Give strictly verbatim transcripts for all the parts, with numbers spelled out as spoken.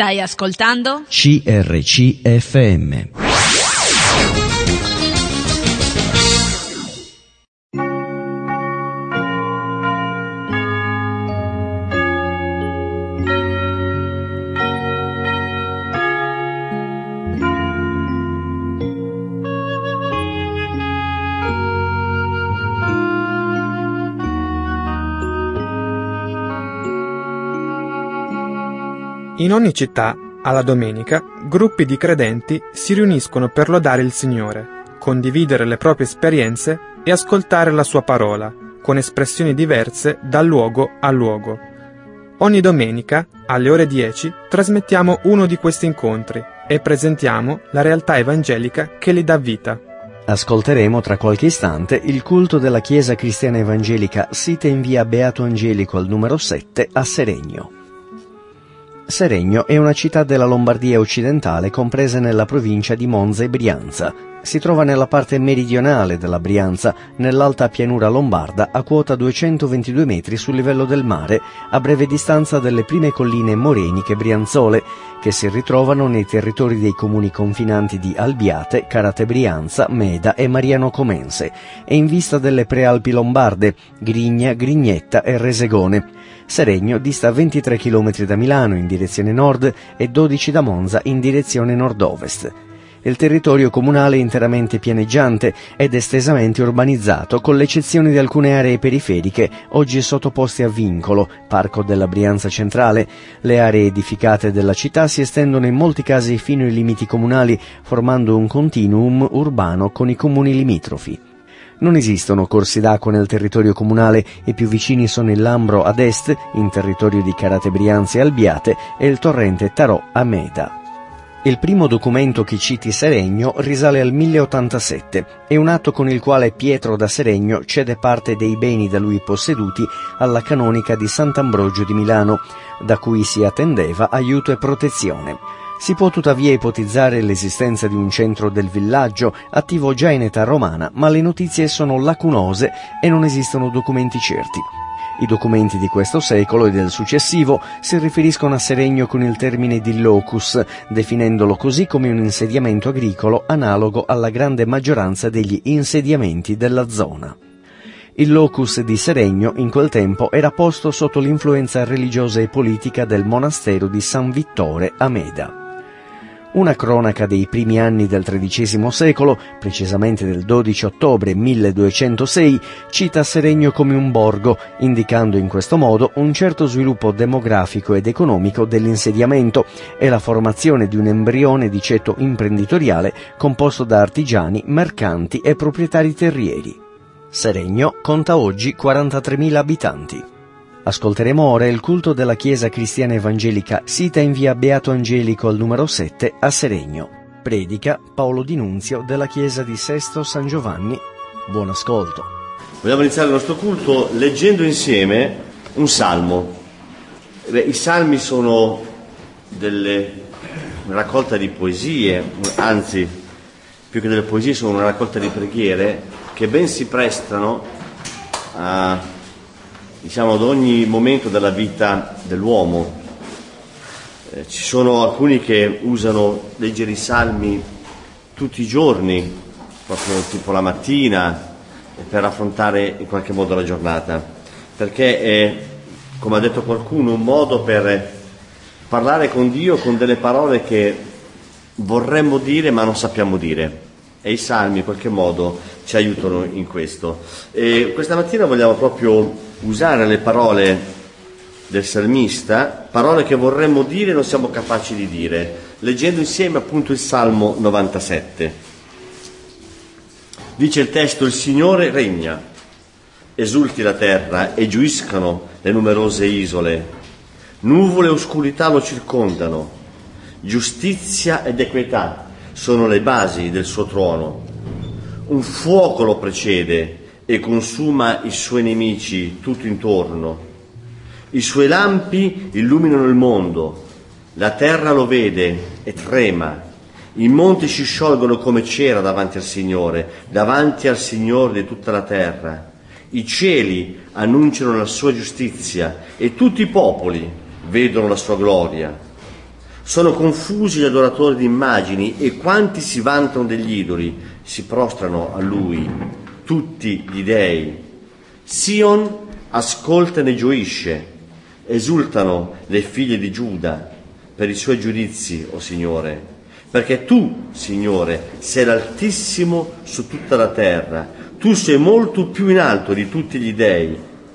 Stai ascoltando C R C F M. In ogni città, alla domenica, gruppi di credenti si riuniscono per lodare il Signore, condividere le proprie esperienze e ascoltare la sua parola, con espressioni diverse da luogo a luogo. Ogni domenica, alle ore dieci, trasmettiamo uno di questi incontri e presentiamo la realtà evangelica che li dà vita. Ascolteremo tra qualche istante il culto della Chiesa Cristiana Evangelica sita in via Beato Angelico al numero sette a Seregno. Seregno è una città della Lombardia occidentale compresa nella provincia di Monza e Brianza. Si trova nella parte meridionale della Brianza, nell'alta pianura lombarda, a quota duecentoventidue metri sul livello del mare, a breve distanza dalle prime colline moreniche brianzole, che si ritrovano nei territori dei comuni confinanti di Albiate, Carate Brianza, Meda e Mariano Comense, e in vista delle prealpi lombarde, Grigna, Grignetta e Resegone. Seregno dista ventitré chilometri da Milano in direzione nord e dodici da Monza in direzione nord-ovest. Il territorio comunale è interamente pianeggiante ed estesamente urbanizzato, con l'eccezione di alcune aree periferiche, oggi sottoposte a vincolo, Parco della Brianza Centrale. Le aree edificate della città si estendono in molti casi fino ai limiti comunali, formando un continuum urbano con i comuni limitrofi. Non esistono corsi d'acqua nel territorio comunale, i più vicini sono il Lambro ad est, in territorio di Carate Brianza e Albiate, e il torrente Tarò a Meda. Il primo documento che citi Seregno risale al mille ottantasette, è un atto con il quale Pietro da Seregno cede parte dei beni da lui posseduti alla canonica di Sant'Ambrogio di Milano, da cui si attendeva aiuto e protezione. Si può tuttavia ipotizzare l'esistenza di un centro del villaggio attivo già in età romana, ma le notizie sono lacunose e non esistono documenti certi. I documenti di questo secolo e del successivo si riferiscono a Seregno con il termine di locus, definendolo così come un insediamento agricolo analogo alla grande maggioranza degli insediamenti della zona. Il locus di Seregno in quel tempo era posto sotto l'influenza religiosa e politica del monastero di San Vittore a Meda. Una cronaca dei primi anni del tredicesimo secolo, precisamente del dodici ottobre milleduecentosei, cita Seregno come un borgo, indicando in questo modo un certo sviluppo demografico ed economico dell'insediamento e la formazione di un embrione di ceto imprenditoriale composto da artigiani, mercanti e proprietari terrieri. Seregno conta oggi quarantatremila abitanti. Ascolteremo ora il culto della Chiesa Cristiana Evangelica sita in via Beato Angelico al numero sette a Seregno. Predica Paolo Di Nunzio della Chiesa di Sesto San Giovanni. Buon ascolto. Vogliamo iniziare il nostro culto leggendo insieme un salmo. Beh, i salmi sono delle una raccolta di poesie, anzi più che delle poesie sono una raccolta di preghiere che ben si prestano a diciamo ad ogni momento della vita dell'uomo. Eh, ci sono alcuni che usano leggere i salmi tutti i giorni, proprio tipo la mattina, per affrontare in qualche modo la giornata, perché è, come ha detto qualcuno, un modo per parlare con Dio con delle parole che vorremmo dire ma non sappiamo dire. E i salmi in qualche modo ci aiutano in questo. E questa mattina vogliamo proprio usare le parole del salmista, parole che vorremmo dire e non siamo capaci di dire, leggendo insieme appunto il Salmo novantasette. Dice il testo: il Signore regna, esulti la terra e giuiscano le numerose isole, nuvole e oscurità lo circondano, giustizia ed equità sono le basi del suo trono, un fuoco lo precede e consuma i suoi nemici tutto intorno. I suoi lampi illuminano il mondo, la terra lo vede e trema, i monti si sciolgono come cera davanti al Signore, davanti al Signore di tutta la terra. I cieli annunciano la sua giustizia e tutti i popoli vedono la sua gloria. Sono confusi gli adoratori di immagini e quanti si vantano degli idoli si prostrano a lui, tutti gli dei. Sion ascolta e ne gioisce, esultano le figlie di Giuda per i suoi giudizi, o Signore, perché tu, Signore, sei l'Altissimo su tutta la terra, tu sei molto più in alto di tutti gli dei.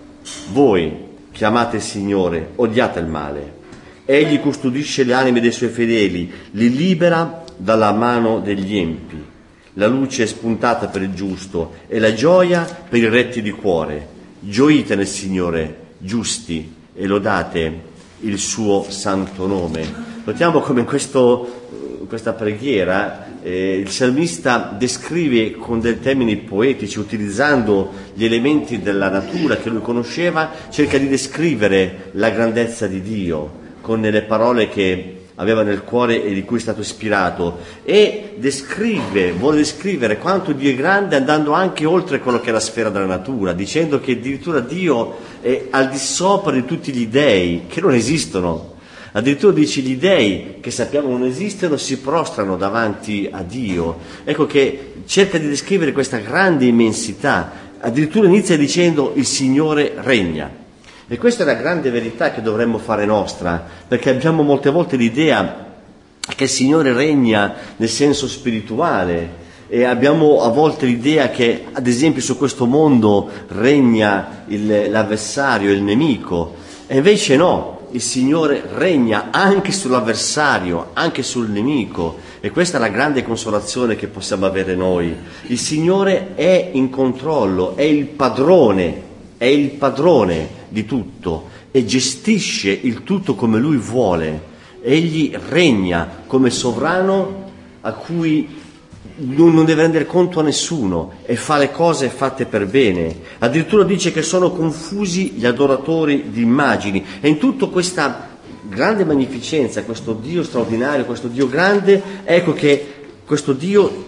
Voi chiamate il Signore, odiate il male. Egli custodisce le anime dei suoi fedeli, li libera dalla mano degli empi. La luce è spuntata per il giusto e la gioia per i retti di cuore. Gioite nel Signore, giusti, e lodate il suo santo nome. Notiamo come in, questo, in questa preghiera eh, il salmista descrive con dei termini poetici, utilizzando gli elementi della natura che lui conosceva, cerca di descrivere la grandezza di Dio con le parole che aveva nel cuore e di cui è stato ispirato, e descrive, vuole descrivere quanto Dio è grande andando anche oltre quello che è la sfera della natura, dicendo che addirittura Dio è al di sopra di tutti gli dei che non esistono. Addirittura dice gli dei che sappiamo non esistono si prostrano davanti a Dio. Ecco che cerca di descrivere questa grande immensità. Addirittura inizia dicendo il Signore regna. E questa è la grande verità che dovremmo fare nostra, perché abbiamo molte volte l'idea che il Signore regna nel senso spirituale e abbiamo a volte l'idea che, ad esempio, su questo mondo regna il, l'avversario, il nemico, e invece no, il Signore regna anche sull'avversario, anche sul nemico, e questa è la grande consolazione che possiamo avere noi. Il Signore è in controllo, è il padrone, è il padrone di tutto e gestisce il tutto come lui vuole. Egli regna come sovrano a cui non deve rendere conto a nessuno e fa le cose fatte per bene. Addirittura dice che sono confusi gli adoratori di immagini, e in tutta questa grande magnificenza, questo Dio straordinario, questo Dio grande, ecco che questo Dio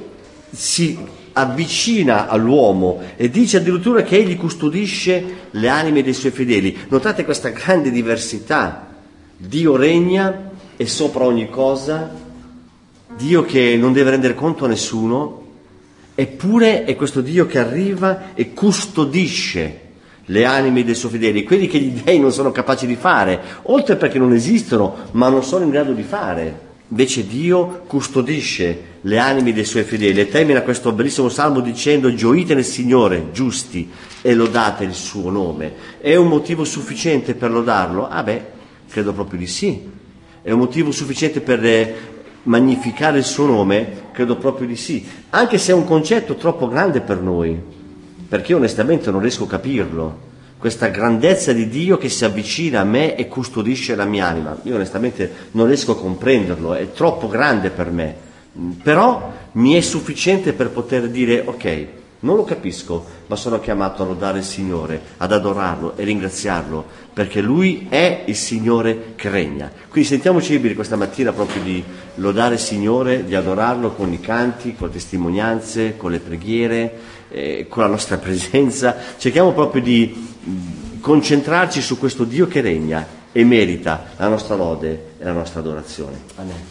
si avvicina all'uomo e dice addirittura che egli custodisce le anime dei suoi fedeli. Notate questa grande diversità. Dio regna e sopra ogni cosa, Dio che non deve rendere conto a nessuno, eppure è questo Dio che arriva e custodisce le anime dei suoi fedeli, quelli che gli dei non sono capaci di fare, oltre perché non esistono, ma non sono in grado di fare. Invece Dio custodisce le anime dei suoi fedeli, e termina questo bellissimo salmo dicendo: gioite nel Signore, giusti, e lodate il suo nome. È un motivo sufficiente per lodarlo? Ah beh, credo proprio di sì. È un motivo sufficiente per magnificare il suo nome? Credo proprio di sì. Anche se è un concetto troppo grande per noi, perché io onestamente non riesco a capirlo. Questa grandezza di Dio che si avvicina a me e custodisce la mia anima. Io onestamente non riesco a comprenderlo, è troppo grande per me. Però mi è sufficiente per poter dire: ok, non lo capisco, ma sono chiamato a lodare il Signore, ad adorarlo e ringraziarlo, perché Lui è il Signore che regna. Quindi sentiamoci liberi questa mattina proprio di lodare il Signore, di adorarlo con i canti, con le testimonianze, con le preghiere, eh, con la nostra presenza. Cerchiamo proprio di concentrarci su questo Dio che regna e merita la nostra lode e la nostra adorazione. Amen.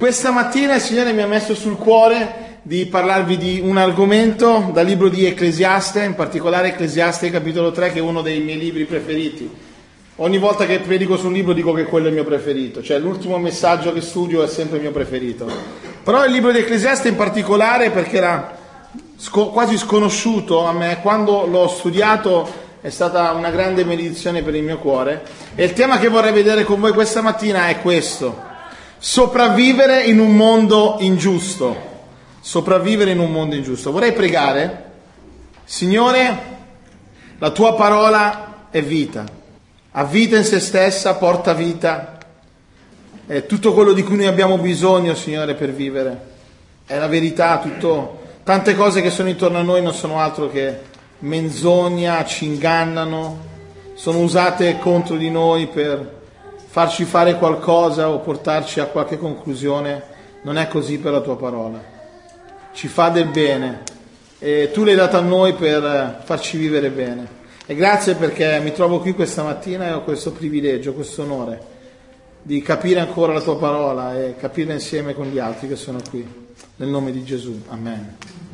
Questa mattina il Signore mi ha messo sul cuore di parlarvi di un argomento dal libro di Ecclesiaste, in particolare Ecclesiaste capitolo tre, che è uno dei miei libri preferiti. Ogni volta che predico su un libro dico che quello è il mio preferito, cioè l'ultimo messaggio che studio è sempre il mio preferito. Però il libro di Ecclesiaste in particolare, perché era sco- quasi sconosciuto a me, quando l'ho studiato è stata una grande benedizione per il mio cuore, e il tema che vorrei vedere con voi questa mattina è questo: sopravvivere in un mondo ingiusto. Sopravvivere in un mondo ingiusto. Vorrei pregare. Signore, la tua parola è vita, ha vita in se stessa, porta vita, è tutto quello di cui noi abbiamo bisogno, Signore, per vivere. È la verità, tutto, tante cose che sono intorno a noi non sono altro che menzogna, ci ingannano, sono usate contro di noi per farci fare qualcosa o portarci a qualche conclusione. Non è così per la tua parola. Ci fa del bene e tu l'hai data a noi per farci vivere bene. E grazie perché mi trovo qui questa mattina e ho questo privilegio, questo onore di capire ancora la tua parola e capirla insieme con gli altri che sono qui. Nel nome di Gesù. Amen.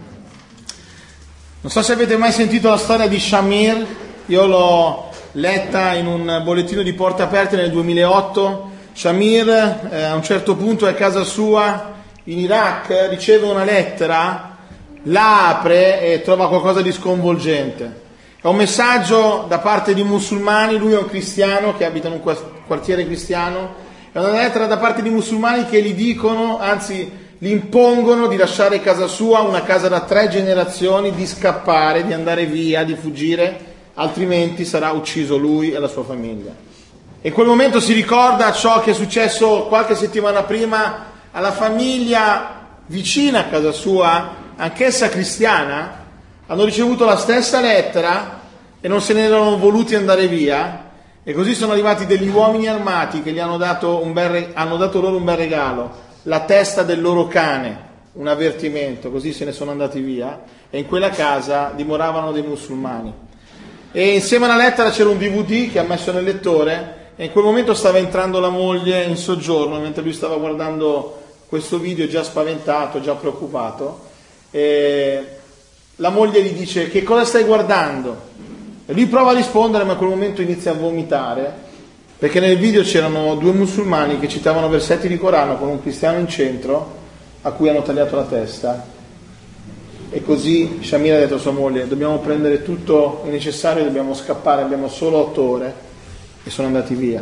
Non so se avete mai sentito la storia di Shamir. Io l'ho letta in un bollettino di Porte Aperte nel duemilaotto. Shamir eh, a un certo punto è a casa sua in Iraq, riceve una lettera, la apre e trova qualcosa di sconvolgente. È un messaggio da parte di musulmani, lui è un cristiano che abita in un quartiere cristiano, è una lettera da parte di musulmani che gli dicono, anzi gli impongono di lasciare casa sua, una casa da tre generazioni, di scappare, di andare via, di fuggire, altrimenti sarà ucciso lui e la sua famiglia. E in quel momento si ricorda ciò che è successo qualche settimana prima alla famiglia vicina a casa sua, anch'essa cristiana. Hanno ricevuto la stessa lettera e non se ne erano voluti andare via, e così sono arrivati degli uomini armati che gli hanno dato, un bel re- hanno dato loro un bel regalo, la testa del loro cane, un avvertimento, così se ne sono andati via, e in quella casa dimoravano dei musulmani. E insieme alla lettera c'era un D V D che ha messo nel lettore, e in quel momento stava entrando la moglie in soggiorno, mentre lui stava guardando questo video, già spaventato, già preoccupato, e la moglie gli dice: che cosa stai guardando? E lui prova a rispondere, ma in quel momento inizia a vomitare, perché nel video c'erano due musulmani che citavano versetti di Corano con un cristiano in centro a cui hanno tagliato la testa. E così Shamir ha detto a sua moglie: dobbiamo prendere tutto il necessario, dobbiamo scappare, abbiamo solo otto ore. E sono andati via.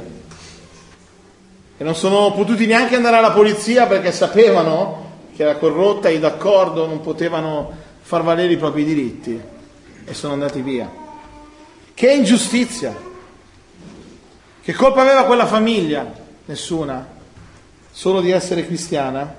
E non sono potuti neanche andare alla polizia perché sapevano che era corrotta e d'accordo non potevano far valere i propri diritti. E sono andati via. Che ingiustizia! Che colpa aveva quella famiglia? Nessuna. Solo di essere cristiana.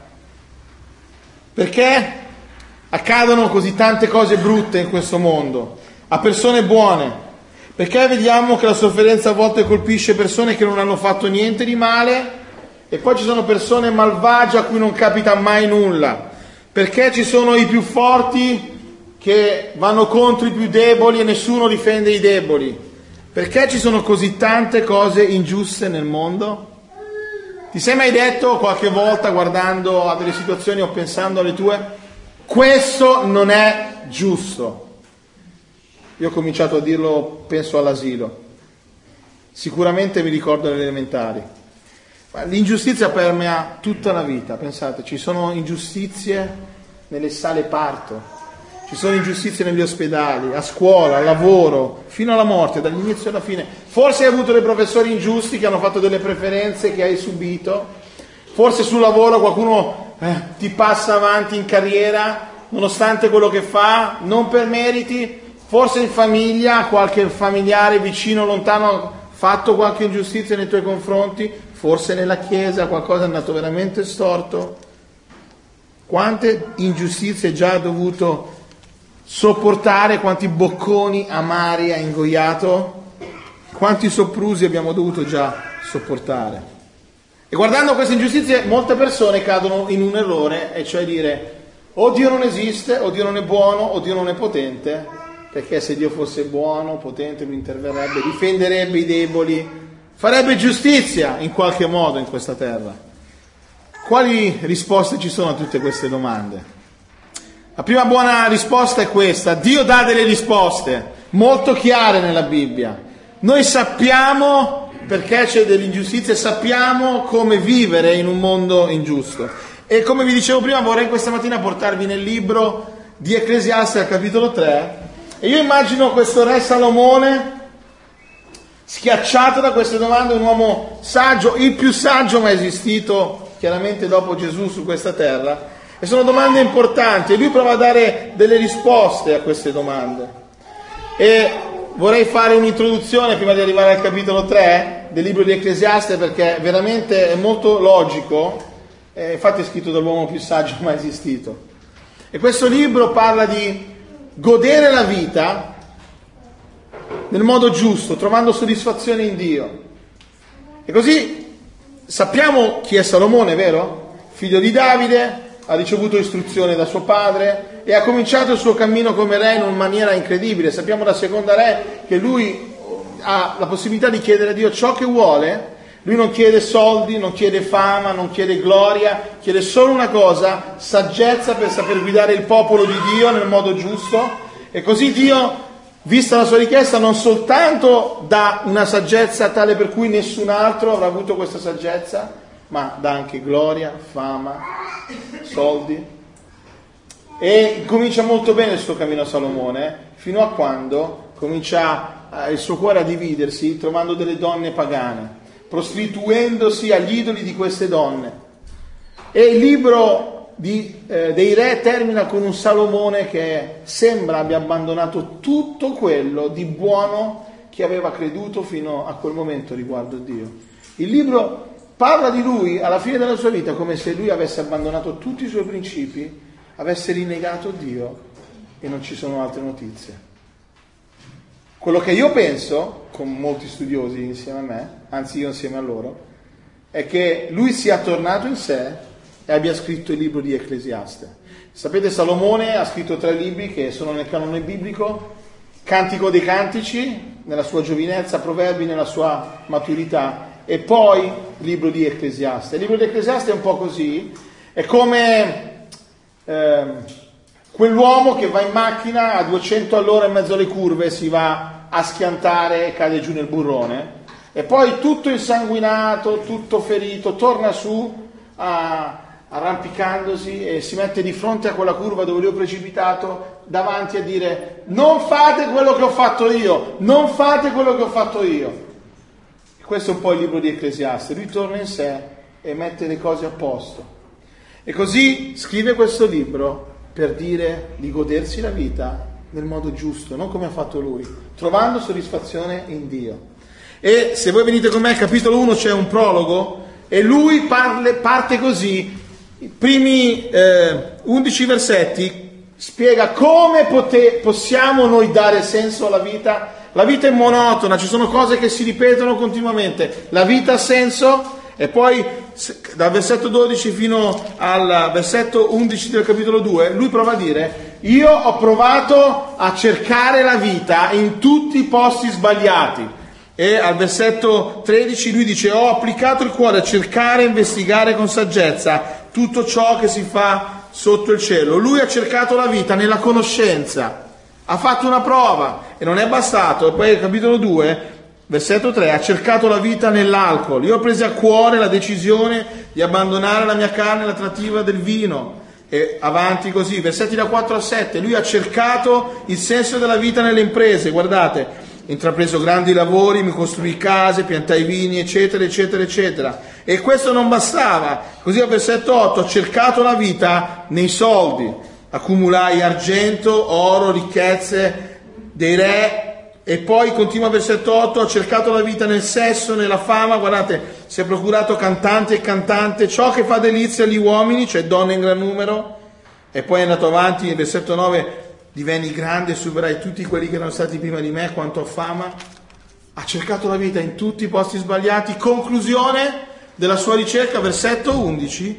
Perché accadono così tante cose brutte in questo mondo a persone buone? Perché vediamo che la sofferenza a volte colpisce persone che non hanno fatto niente di male, e poi ci sono persone malvagie a cui non capita mai nulla? Perché ci sono i più forti che vanno contro i più deboli e nessuno difende i deboli? Perché ci sono così tante cose ingiuste nel mondo? Ti sei mai detto qualche volta, guardando a delle situazioni o pensando alle tue: questo non è giusto? Io ho cominciato a dirlo, penso all'asilo. Sicuramente mi ricordo le elementari. L'ingiustizia permea tutta la vita, pensate, ci sono ingiustizie nelle sale parto, ci sono ingiustizie negli ospedali, a scuola, al lavoro, fino alla morte, dall'inizio alla fine. Forse hai avuto dei professori ingiusti che hanno fatto delle preferenze che hai subito, forse sul lavoro qualcuno eh, ti passa avanti in carriera nonostante quello che fa, non per meriti. Forse in famiglia qualche familiare vicino, lontano, ha fatto qualche ingiustizia nei tuoi confronti. Forse nella chiesa qualcosa è andato veramente storto. Quante ingiustizie già ha dovuto sopportare, quanti bocconi amari ha ingoiato, quanti soprusi abbiamo dovuto già sopportare. E guardando queste ingiustizie molte persone cadono in un errore, e cioè dire: o Dio non esiste, o Dio non è buono, o Dio non è potente. Perché se Dio fosse buono, potente, lui interverrebbe, difenderebbe i deboli, farebbe giustizia in qualche modo in questa terra. Quali risposte ci sono a tutte queste domande? La prima buona risposta è questa: Dio dà delle risposte molto chiare nella Bibbia. Noi sappiamo perché c'è dell'ingiustizia, sappiamo come vivere in un mondo ingiusto. E come vi dicevo prima, vorrei questa mattina portarvi nel libro di Ecclesiaste al capitolo tre, e io immagino questo re Salomone schiacciato da queste domande, un uomo saggio, il più saggio mai esistito chiaramente dopo Gesù su questa terra, e sono domande importanti e lui prova a dare delle risposte a queste domande. E vorrei fare un'introduzione prima di arrivare al capitolo tre del libro di Ecclesiaste, perché veramente è molto logico, eh, infatti è scritto dall'uomo più saggio mai esistito. E questo libro parla di godere la vita nel modo giusto, trovando soddisfazione in Dio. E così sappiamo chi è Salomone, vero? Figlio di Davide, ha ricevuto istruzione da suo padre e ha cominciato il suo cammino come re in una maniera incredibile. Sappiamo da seconda re che lui ha la possibilità di chiedere a Dio ciò che vuole. Lui non chiede soldi, non chiede fama, non chiede gloria, chiede solo una cosa: saggezza per saper guidare il popolo di Dio nel modo giusto. E così Dio, vista la sua richiesta, non soltanto dà una saggezza tale per cui nessun altro avrà avuto questa saggezza, ma dà anche gloria, fama, soldi. E comincia molto bene il suo cammino a Salomone, fino a quando comincia eh, il suo cuore a dividersi, trovando delle donne pagane, prostituendosi agli idoli di queste donne. E il libro Di, eh, dei re termina con un Salomone che sembra abbia abbandonato tutto quello di buono che aveva creduto fino a quel momento riguardo Dio. Il libro parla di lui alla fine della sua vita come se lui avesse abbandonato tutti i suoi principi, avesse rinnegato Dio, e non ci sono altre notizie. Quello che io penso, con molti studiosi insieme a me, anzi io insieme a loro, è che lui sia tornato in sé e abbia scritto il libro di Ecclesiaste. Sapete, Salomone ha scritto tre libri che sono nel canone biblico: Cantico dei Cantici nella sua giovinezza, Proverbi nella sua maturità, e poi il libro di Ecclesiaste. Il libro di Ecclesiaste è un po' così, è come eh, quell'uomo che va in macchina a duecento all'ora in mezzo alle curve, si va a schiantare e cade giù nel burrone, e poi tutto insanguinato, tutto ferito, torna su a arrampicandosi e si mette di fronte a quella curva dove lui è precipitato, davanti a dire: non fate quello che ho fatto io, non fate quello che ho fatto io. Questo è un po' il libro di Ecclesiaste. Lui torna in sé e mette le cose a posto, e così scrive questo libro per dire di godersi la vita nel modo giusto, non come ha fatto lui, trovando soddisfazione in Dio. E se voi venite con me al capitolo uno c'è un prologo, e lui parle, parte così. I primi eh, undici versetti spiega come pote, possiamo noi dare senso alla vita. La vita è monotona, ci sono cose che si ripetono continuamente. La vita ha senso, e poi dal versetto dodici fino al versetto undici del capitolo due lui prova a dire: io ho provato a cercare la vita in tutti i posti sbagliati. E al versetto tredici lui dice: ho applicato il cuore a cercare e investigare con saggezza tutto ciò che si fa sotto il cielo. Lui ha cercato la vita nella conoscenza, ha fatto una prova e non è bastato. E poi al capitolo due, versetto tre, ha cercato la vita nell'alcol. Io ho preso a cuore la decisione di abbandonare la mia carne all'attrattiva del vino. E avanti così, versetti da quattro a sette, lui ha cercato il senso della vita nelle imprese. Guardate: intrapreso grandi lavori, mi costruì case, piantai vini, eccetera, eccetera, eccetera. E questo non bastava. Così al versetto otto, ho cercato la vita nei soldi, accumulai argento, oro, ricchezze dei re. E poi continua il versetto otto, ho cercato la vita nel sesso, nella fama. Guardate, si è procurato cantante e cantante, ciò che fa delizia agli uomini, cioè donne in gran numero. E poi è andato avanti nel versetto nove, divenni grande e superai tutti quelli che erano stati prima di me quanto a fama. Ha cercato la vita in tutti i posti sbagliati. Conclusione della sua ricerca, versetto undici,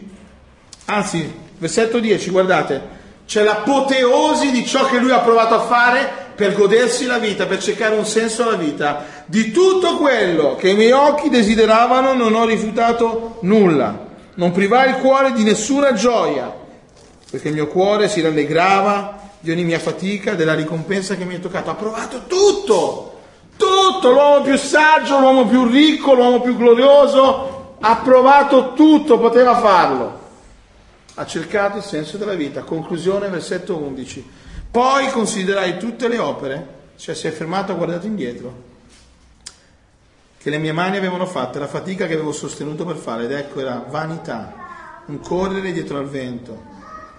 anzi versetto dieci, guardate, c'è l'apoteosi di ciò che lui ha provato a fare per godersi la vita, per cercare un senso alla vita. Di tutto quello che i miei occhi desideravano non ho rifiutato nulla, non privare il cuore di nessuna gioia, perché il mio cuore si rallegrava di ogni mia fatica, della ricompensa che mi è toccato. Ha provato tutto, tutto, l'uomo più saggio, l'uomo più ricco, l'uomo più glorioso, ha provato tutto, poteva farlo. Ha cercato il senso della vita. Conclusione, versetto undici. Poi considerai tutte le opere, cioè si è fermato, ha guardato indietro, che le mie mani avevano fatto, la fatica che avevo sostenuto per fare, ed ecco era vanità, un correre dietro al vento.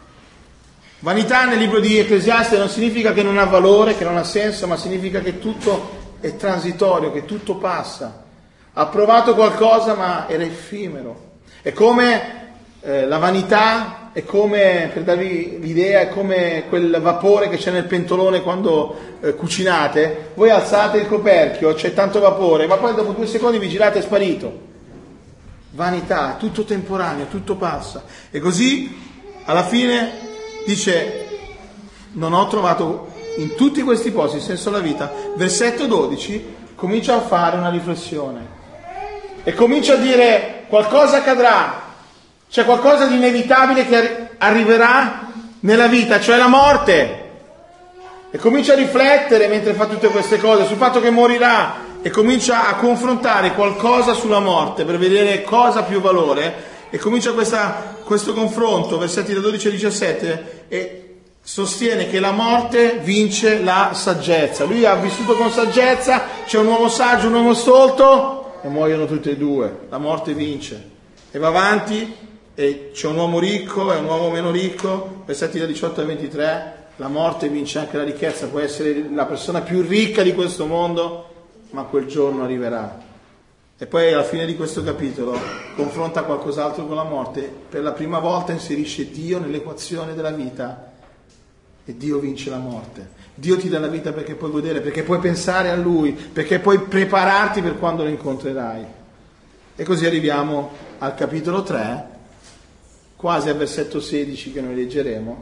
Vanità nel libro di Ecclesiaste non significa che non ha valore, che non ha senso, ma significa che tutto è transitorio, che tutto passa. Ha provato qualcosa ma era effimero. È come eh, la vanità, è come, per darvi l'idea, è come quel vapore che c'è nel pentolone quando eh, cucinate. Voi alzate il coperchio, c'è tanto vapore, ma poi dopo due secondi vi girate, è sparito. Vanità, tutto temporaneo, tutto passa. E così alla fine dice, non ho trovato in tutti questi posti il senso della vita. Versetto dodici comincia a fare una riflessione e comincia a dire qualcosa accadrà, c'è qualcosa di inevitabile che arri- arriverà nella vita, cioè la morte, e comincia a riflettere mentre fa tutte queste cose sul fatto che morirà e comincia a confrontare qualcosa sulla morte per vedere cosa ha più valore. E comincia questa, questo confronto, versetti da dodici a diciassette, e sostiene che la morte vince la saggezza. Lui ha vissuto con saggezza, c'è un uomo saggio, un uomo stolto, e muoiono tutti e due. La morte vince. E va avanti, e c'è un uomo ricco e un uomo meno ricco, versetti da diciotto a ventitré, la morte vince anche la ricchezza, può essere la persona più ricca di questo mondo, ma quel giorno arriverà. E poi alla fine di questo capitolo confronta qualcos'altro con la morte. Per la prima volta inserisce Dio nell'equazione della vita e Dio vince la morte. Dio ti dà la vita perché puoi godere, perché puoi pensare a Lui, perché puoi prepararti per quando lo incontrerai. E così arriviamo al capitolo tre, quasi al versetto sedici che noi leggeremo.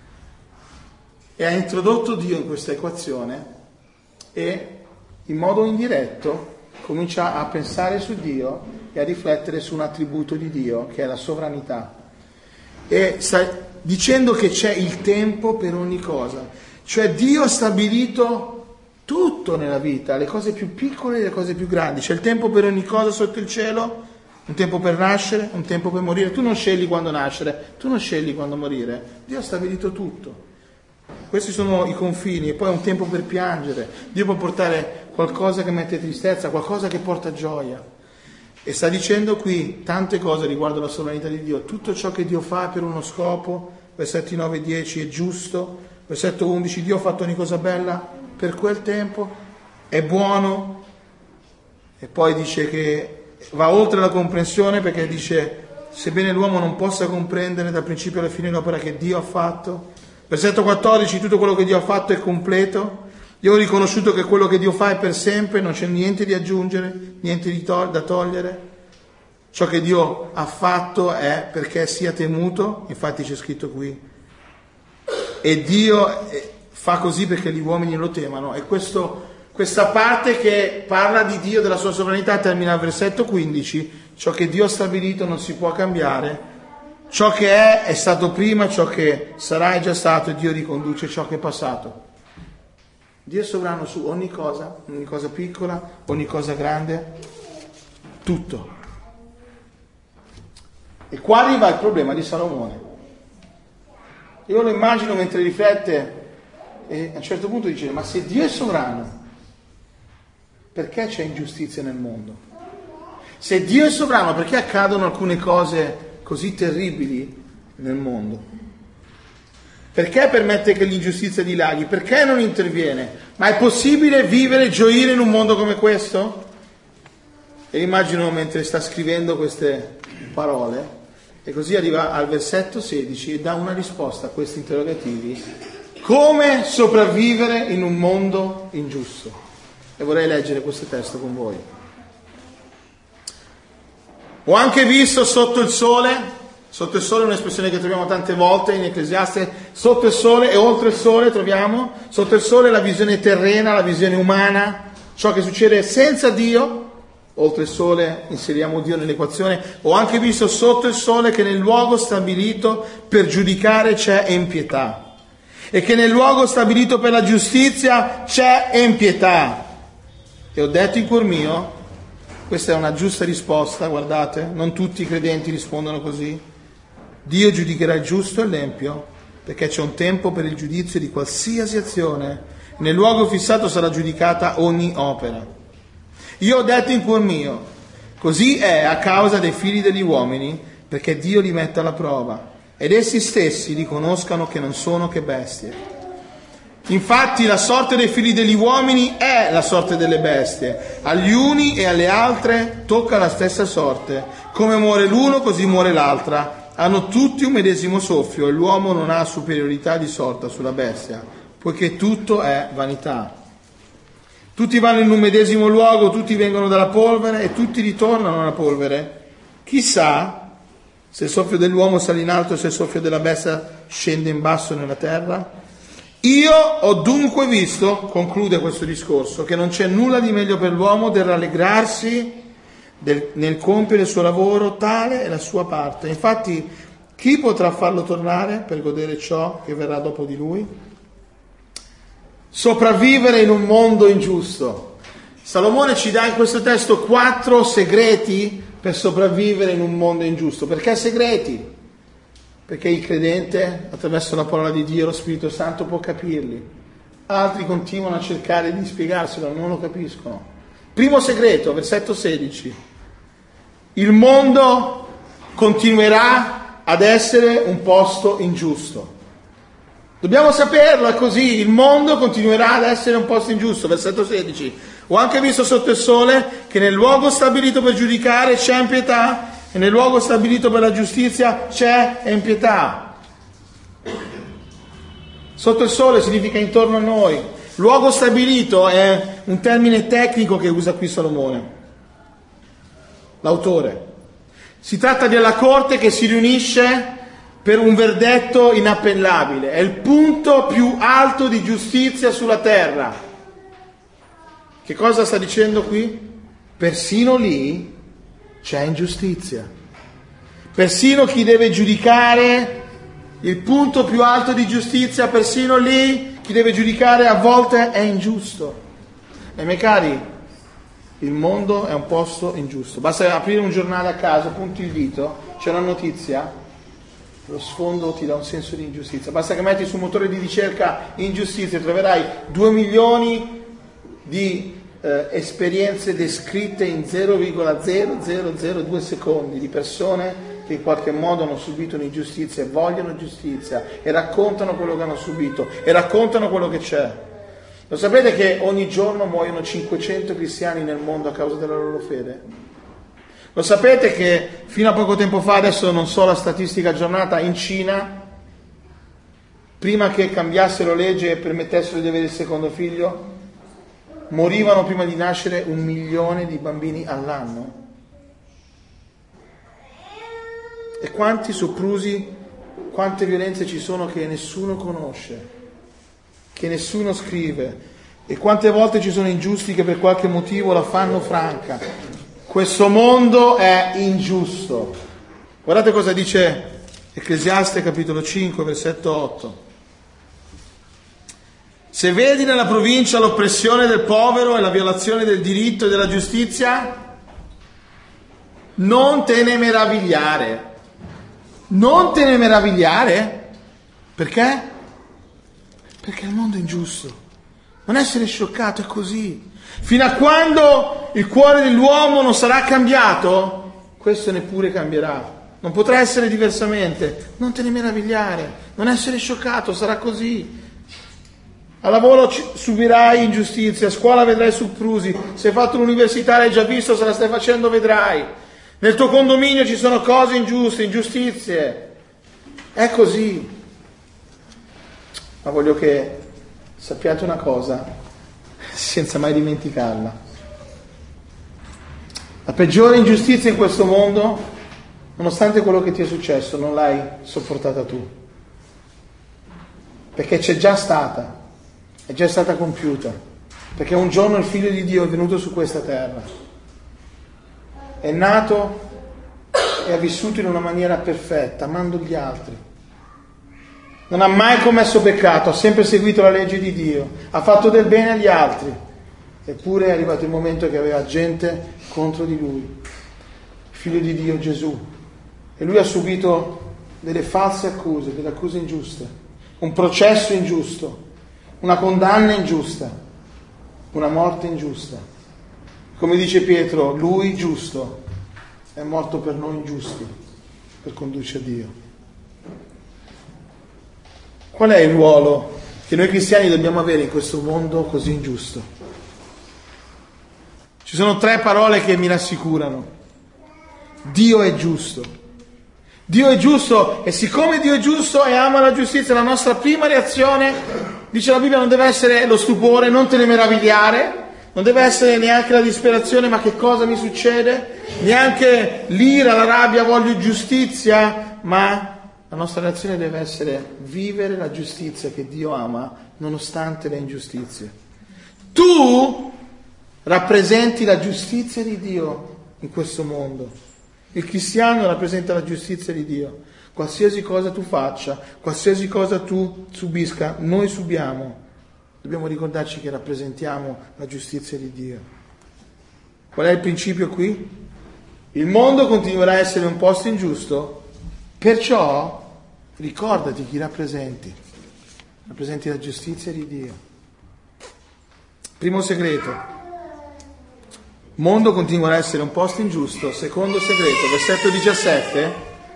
E ha introdotto Dio in questa equazione e in modo indiretto comincia a pensare su Dio e a riflettere su un attributo di Dio che è la sovranità, e sta dicendo che c'è il tempo per ogni cosa, cioè Dio ha stabilito tutto nella vita, le cose più piccole e le cose più grandi. C'è il tempo per ogni cosa sotto il cielo, un tempo per nascere, un tempo per morire. Tu non scegli quando nascere, tu non scegli quando morire, Dio ha stabilito tutto. Questi sono i confini. E poi un tempo per piangere. Dio può portare qualcosa che mette tristezza, qualcosa che porta gioia. E sta dicendo qui tante cose riguardo la sovranità di Dio. Tutto ciò che Dio fa per uno scopo, versetti nove e dieci, è giusto. Versetto undici, Dio ha fatto ogni cosa bella per quel tempo, è buono. E poi dice che va oltre la comprensione, perché dice, sebbene l'uomo non possa comprendere dal principio alla fine l'opera che Dio ha fatto. Versetto quattordici, tutto quello che Dio ha fatto è completo. Io ho riconosciuto che quello che Dio fa è per sempre, non c'è niente di aggiungere, niente di to- da togliere. Ciò che Dio ha fatto è perché sia temuto, infatti c'è scritto qui. E Dio fa così perché gli uomini lo temano. E questo, questa parte che parla di Dio, della sua sovranità, termina al versetto quindici. Ciò che Dio ha stabilito non si può cambiare. Ciò che è è stato prima, ciò che sarà è già stato, e Dio riconduce ciò che è passato. Dio è sovrano su ogni cosa, ogni cosa piccola, ogni cosa grande, tutto. E qua arriva il problema di Salomone. Io lo immagino mentre riflette e a un certo punto dice, ma se Dio è sovrano, perché c'è ingiustizia nel mondo? Se Dio è sovrano, perché accadono alcune cose così terribili nel mondo? Perché permette che l'ingiustizia dilaghi? Perché non interviene? Ma è possibile vivere e gioire in un mondo come questo? E immagino mentre sta scrivendo queste parole, e così arriva al versetto sedici e dà una risposta a questi interrogativi: come sopravvivere in un mondo ingiusto? E vorrei leggere questo testo con voi. Ho anche visto sotto il sole. Sotto il sole è un'espressione che troviamo tante volte in Ecclesiaste. Sotto il sole e oltre il sole troviamo. Sotto il sole la visione terrena, la visione umana, ciò che succede senza Dio. oltre il sole inseriamo Dio nell'equazione. Ho anche visto sotto il sole che nel luogo stabilito per giudicare c'è empietà, e che nel luogo stabilito per la giustizia c'è empietà. E ho detto in cuor mio, questa è una giusta risposta, guardate, non tutti i credenti rispondono così: Dio giudicherà il giusto e l'empio, perché c'è un tempo per il giudizio di qualsiasi azione. Nel luogo fissato sarà giudicata ogni opera. Io ho detto in cuor mio, così è a causa dei figli degli uomini, perché Dio li mette alla prova, ed essi stessi riconoscano che non sono che bestie. Infatti la sorte dei figli degli uomini è la sorte delle bestie. Agli uni e alle altre tocca la stessa sorte. Come muore l'uno, così muore l'altra. Hanno tutti un medesimo soffio, e l'uomo non ha superiorità di sorta sulla bestia, poiché tutto è vanità. Tutti vanno in un medesimo luogo, tutti vengono dalla polvere e tutti ritornano alla polvere. Chissà se il soffio dell'uomo sale in alto e se il soffio della bestia scende in basso nella terra. Io ho dunque visto, conclude questo discorso, che non c'è nulla di meglio per l'uomo del rallegrarsi del, nel compiere il suo lavoro, tale è la sua parte. Infatti, chi potrà farlo tornare per godere ciò che verrà dopo di lui? Sopravvivere in un mondo ingiusto. Salomone ci dà in questo testo quattro segreti per sopravvivere in un mondo ingiusto. Perché segreti? Perché il credente, attraverso la parola di Dio, lo Spirito Santo può capirli. Altri continuano a cercare di spiegarselo, non lo capiscono. Primo segreto, versetto sedici. Il mondo continuerà ad essere un posto ingiusto. Dobbiamo saperlo, è così. Il mondo continuerà ad essere un posto ingiusto. Versetto sedici. Ho anche visto sotto il sole che nel luogo stabilito per giudicare c'è impietà, e nel luogo stabilito per la giustizia c'è impietà. Sotto il sole significa intorno a noi. Luogo stabilito è un termine tecnico che usa qui Salomone, l'autore. Si tratta della corte che si riunisce per un verdetto inappellabile. È il punto più alto di giustizia sulla terra. Che cosa sta dicendo qui? Persino lì c'è ingiustizia. Persino chi deve giudicare il punto più alto di giustizia, persino lì chi deve giudicare a volte è ingiusto. E miei cari, il mondo è un posto ingiusto. Basta aprire un giornale a caso, punti il dito, c'è una notizia, lo sfondo ti dà un senso di ingiustizia. Basta che metti sul motore di ricerca ingiustizia e troverai due milioni di Eh, esperienze descritte in zero virgola zero zero zero due secondi di persone che in qualche modo hanno subito un'ingiustizia e vogliono giustizia e raccontano quello che hanno subito e raccontano quello che c'è. Lo sapete che ogni giorno muoiono cinquecento cristiani nel mondo a causa della loro fede? Lo sapete che fino a poco tempo fa, adesso non so la statistica aggiornata, in Cina, prima che cambiassero legge e permettessero di avere il secondo figlio, morivano prima di nascere un milione di bambini all'anno. E quanti soprusi, quante violenze ci sono che nessuno conosce, che nessuno scrive, e quante volte ci sono ingiusti che per qualche motivo la fanno franca. Questo mondo è ingiusto. Guardate cosa dice Ecclesiaste capitolo cinque versetto otto. Se vedi nella provincia l'oppressione del povero e la violazione del diritto e della giustizia, non te ne meravigliare. Non te ne meravigliare? Perché? Perché il mondo è ingiusto. Non essere scioccato, è così. Fino a quando il cuore dell'uomo non sarà cambiato, questo neppure cambierà. Non potrà essere diversamente. Non te ne meravigliare. Non essere scioccato, sarà così. Al lavoro subirai ingiustizia, a scuola vedrai soprusi, se hai fatto l'università l'hai già visto, se la stai facendo vedrai. Nel tuo condominio ci sono cose ingiuste, ingiustizie. È così. Ma voglio che sappiate una cosa, senza mai dimenticarla. La peggiore ingiustizia in questo mondo, nonostante quello che ti è successo, non l'hai sopportata tu. Perché c'è già stata. È già stata compiuta, perché un giorno il Figlio di Dio è venuto su questa terra è nato e ha vissuto in una maniera perfetta, amando gli altri. Non ha mai commesso peccato, ha sempre seguito la legge di Dio, ha fatto del bene agli altri. Eppure è arrivato il momento che aveva gente contro di lui, figlio di Dio Gesù. E lui ha subito delle false accuse, delle accuse ingiuste, un processo ingiusto, una condanna ingiusta, una morte ingiusta. Come dice Pietro, lui giusto è morto per noi ingiusti, per condurci a Dio. Qual è il ruolo che noi cristiani dobbiamo avere in questo mondo così ingiusto? Ci sono tre parole che mi rassicurano. Dio è giusto. Dio è giusto, e siccome Dio è giusto e ama la giustizia, la nostra prima reazione, dice la Bibbia, non deve essere lo stupore, non te ne meravigliare, non deve essere neanche la disperazione, ma che cosa mi succede? Neanche l'ira, la rabbia, voglio giustizia, ma la nostra reazione deve essere vivere la giustizia che Dio ama, nonostante le ingiustizie. Tu rappresenti la giustizia di Dio in questo mondo. Il cristiano rappresenta la giustizia di Dio. Qualsiasi cosa tu faccia, qualsiasi cosa tu subisca, noi subiamo. Dobbiamo ricordarci che rappresentiamo la giustizia di Dio. Qual è il principio qui? Il mondo continuerà a essere un posto ingiusto, perciò ricordati chi rappresenti. Rappresenti la giustizia di Dio. Primo segreto. Il mondo continuerà a essere un posto ingiusto. Secondo segreto, versetto diciassette.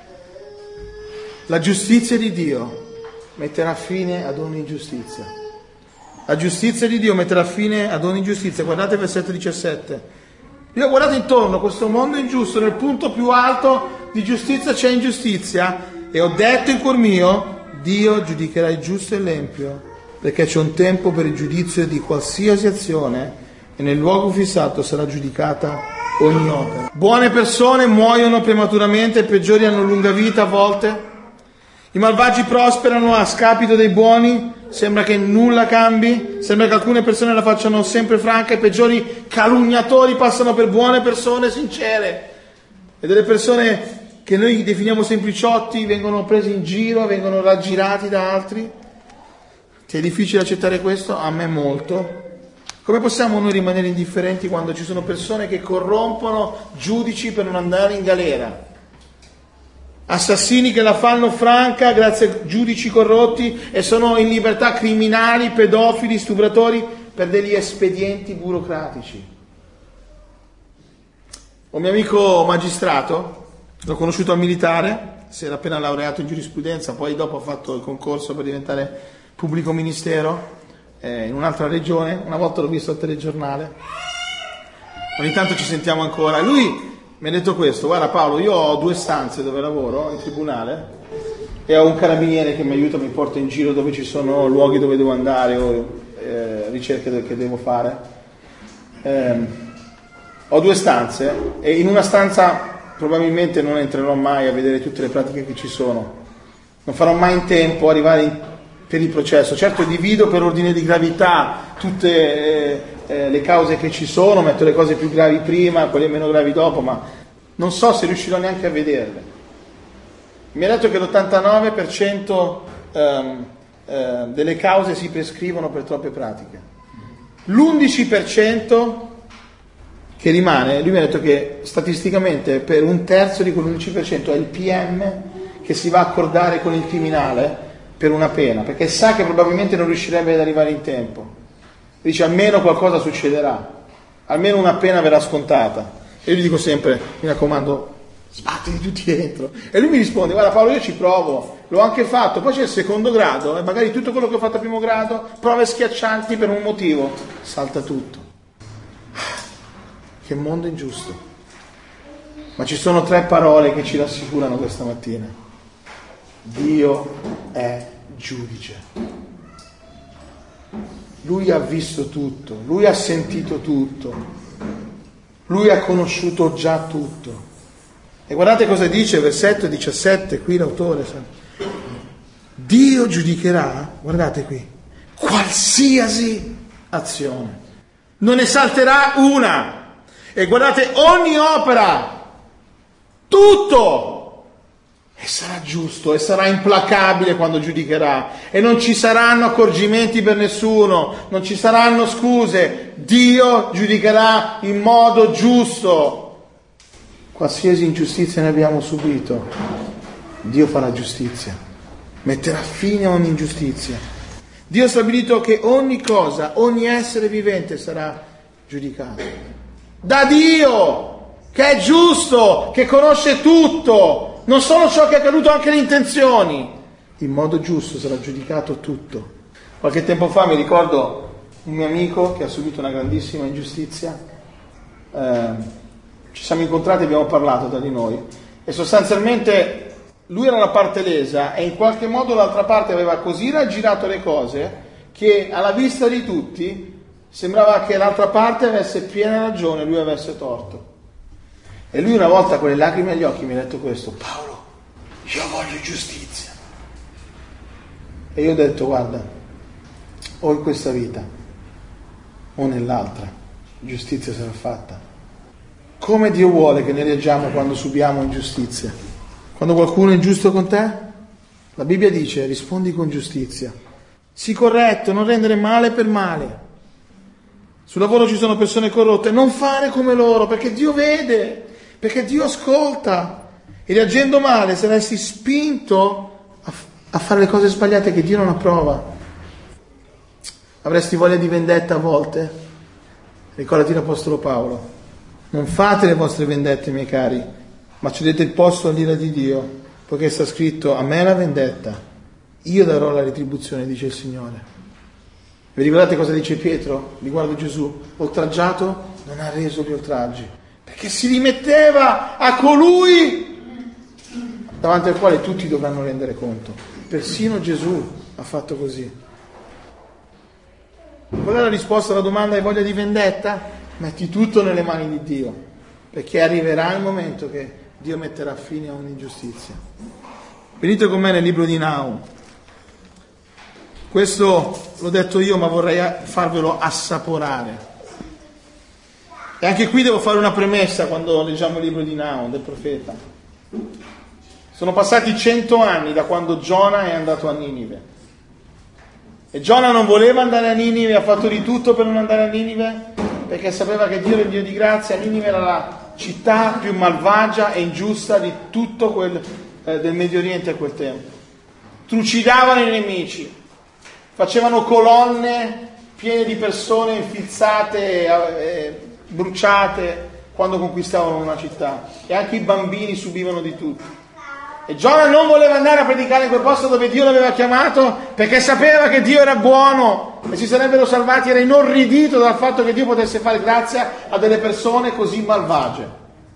La giustizia di Dio metterà fine ad ogni ingiustizia. La giustizia di Dio metterà fine ad ogni ingiustizia. Guardate il versetto diciassette. Io guardate intorno, questo mondo ingiusto, nel punto più alto di giustizia c'è ingiustizia. E ho detto in cuor mio, Dio giudicherà il giusto e l'empio, perché c'è un tempo per il giudizio di qualsiasi azione, e nel luogo fissato sarà giudicata ogni opera. Buone persone muoiono prematuramente, i peggiori hanno lunga vita a volte. I malvagi prosperano a scapito dei buoni, sembra che nulla cambi, sembra che alcune persone la facciano sempre franca, i peggiori calunniatori passano per buone persone sincere, e delle persone che noi definiamo sempliciotti vengono presi in giro, vengono raggirati da altri. Ti è difficile accettare questo? A me molto. Come possiamo noi rimanere indifferenti quando ci sono persone che corrompono giudici per non andare in galera? Assassini che la fanno franca grazie a giudici corrotti e sono in libertà, criminali, pedofili, stupratori per degli espedienti burocratici. Un mio amico magistrato, l'ho conosciuto al militare, si era appena laureato in giurisprudenza, poi dopo ha fatto il concorso per diventare pubblico ministero eh, in un'altra regione. Una volta l'ho visto al telegiornale, ogni tanto ci sentiamo ancora. Lui mi ha detto questo: guarda Paolo, io ho due stanze dove lavoro in tribunale e ho un carabiniere che mi aiuta, mi porta in giro dove ci sono luoghi dove devo andare o eh, ricerche che devo fare. Eh, ho due stanze e in una stanza probabilmente non entrerò mai a vedere tutte le pratiche che ci sono, non farò mai in tempo arrivare in, per il processo. Certo, divido per ordine di gravità tutte eh, eh, le cause che ci sono, metto le cose più gravi prima, quelle meno gravi dopo, ma non so se riuscirò neanche a vederle. Mi ha detto che l'ottantanove per cento ehm, eh, delle cause si prescrivono per troppe pratiche. L'undici per cento che rimane, lui mi ha detto che statisticamente per un terzo di quell'undici per cento è il P M che si va a accordare con il criminale per una pena, perché sa che probabilmente non riuscirebbe ad arrivare in tempo. Dice almeno qualcosa succederà, almeno una pena verrà scontata. E io gli dico sempre, mi raccomando, sbattiti tutti dentro. E lui mi risponde: guarda Paolo, io ci provo, l'ho anche fatto, poi c'è il secondo grado e magari tutto quello che ho fatto a primo grado, prove schiaccianti per un motivo, salta tutto. Che mondo ingiusto. Ma ci sono tre parole che ci rassicurano questa mattina. Dio è giudice. Lui ha visto tutto, lui ha sentito tutto, lui ha conosciuto già tutto. E guardate cosa dice, versetto diciassette, qui l'autore. Dio giudicherà, guardate qui, qualsiasi azione. Non ne salterà una. E guardate, ogni opera tutto. E sarà giusto e sarà implacabile quando giudicherà, e non ci saranno accorgimenti per nessuno, non ci saranno scuse. Dio giudicherà in modo giusto. Qualsiasi ingiustizia ne abbiamo subito, Dio farà giustizia, metterà fine a ogni ingiustizia. Dio ha stabilito che ogni cosa, ogni essere vivente sarà giudicato da Dio, che è giusto, che conosce tutto. Non solo ciò che è accaduto, anche le intenzioni. In modo giusto sarà giudicato tutto. Qualche tempo fa mi ricordo un mio amico che ha subito una grandissima ingiustizia. Eh, ci siamo incontrati e abbiamo parlato tra di noi. E sostanzialmente lui era la parte lesa e in qualche modo l'altra parte aveva così raggirato le cose che alla vista di tutti sembrava che l'altra parte avesse piena ragione e lui avesse torto. E lui una volta con le lacrime agli occhi mi ha detto questo: Paolo, io voglio giustizia. E io ho detto: guarda, o in questa vita o nell'altra giustizia sarà fatta. Come Dio vuole che ne reagiamo quando subiamo ingiustizia? Quando qualcuno è ingiusto con te, la Bibbia dice: rispondi con giustizia, sii corretto, non rendere male per male. Sul lavoro ci sono persone corrotte, non fare come loro, perché Dio vede, perché Dio ascolta, e reagendo male saresti spinto a, f- a fare le cose sbagliate che Dio non approva. Avresti voglia di vendetta a volte? Ricordati l'Apostolo Paolo: non fate le vostre vendette, miei cari, ma cedete il posto all'ira di Dio, poiché sta scritto: a me la vendetta, io darò la retribuzione, dice il Signore. Vi ricordate cosa dice Pietro riguardo Gesù? Oltraggiato non ha reso gli oltraggi, perché si rimetteva a colui davanti al quale tutti dovranno rendere conto. Persino Gesù ha fatto così. Qual è la risposta alla domanda: hai voglia di vendetta? Metti tutto nelle mani di Dio, perché arriverà il momento che Dio metterà fine a ogni ingiustizia. Venite con me nel libro di Nahum. Questo l'ho detto io, ma vorrei farvelo assaporare. E anche qui devo fare una premessa quando leggiamo il libro di Nahum, del profeta. Sono passati cento anni da quando Giona è andato a Ninive. E Giona non voleva andare a Ninive, ha fatto di tutto per non andare a Ninive, perché sapeva che Dio era il Dio di grazia. Ninive era la città più malvagia e ingiusta di tutto quel eh, del Medio Oriente a quel tempo. Trucidavano i nemici, facevano colonne piene di persone infizzate, eh, bruciate quando conquistavano una città, e anche i bambini subivano di tutto. E Giona non voleva andare a predicare in quel posto dove Dio l'aveva chiamato, perché sapeva che Dio era buono e si sarebbero salvati. Era inorridito dal fatto che Dio potesse fare grazia a delle persone così malvagie.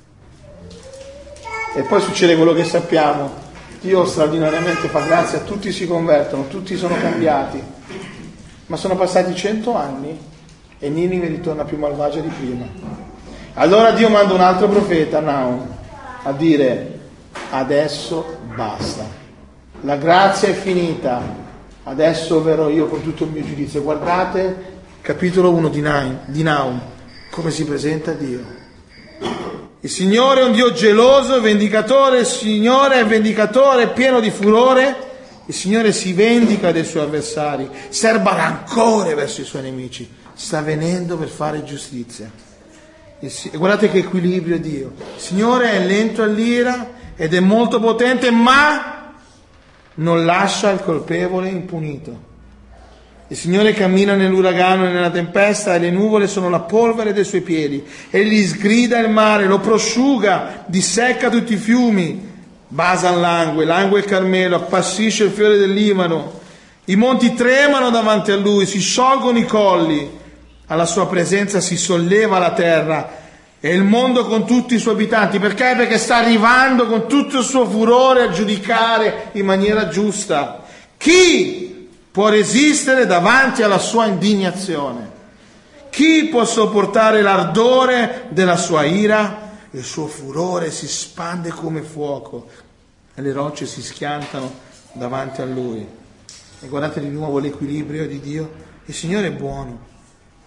E poi succede quello che sappiamo: Dio straordinariamente fa grazia, tutti si convertono, tutti sono cambiati. Ma sono passati cento anni e Ninive ritorna più malvagia di prima. Allora Dio manda un altro profeta, Nahum, a dire: adesso basta, la grazia è finita, adesso verrò io con tutto il mio giudizio. Guardate capitolo uno di Nahum, come si presenta Dio. Il Signore è un Dio geloso e vendicatore, il Signore è vendicatore, pieno di furore, il Signore si vendica dei suoi avversari, serba rancore verso i suoi nemici, sta venendo per fare giustizia. E guardate che equilibrio Dio. Il Signore è lento all'ira ed è molto potente, ma non lascia il colpevole impunito. Il Signore cammina nell'uragano e nella tempesta, e le nuvole sono la polvere dei suoi piedi. Egli sgrida il mare, lo prosciuga, dissecca tutti i fiumi. Basan langue, langue il Carmelo, appassisce il fiore del Libano. I monti tremano davanti a lui, si sciolgono i colli. Alla sua presenza si solleva la terra e il mondo con tutti i suoi abitanti. Perché? Perché sta arrivando con tutto il suo furore a giudicare in maniera giusta. Chi può resistere davanti alla sua indignazione? Chi può sopportare l'ardore della sua ira? Il suo furore si spande come fuoco e le rocce si schiantano davanti a lui. E guardate di nuovo l'equilibrio di Dio. Il Signore è buono,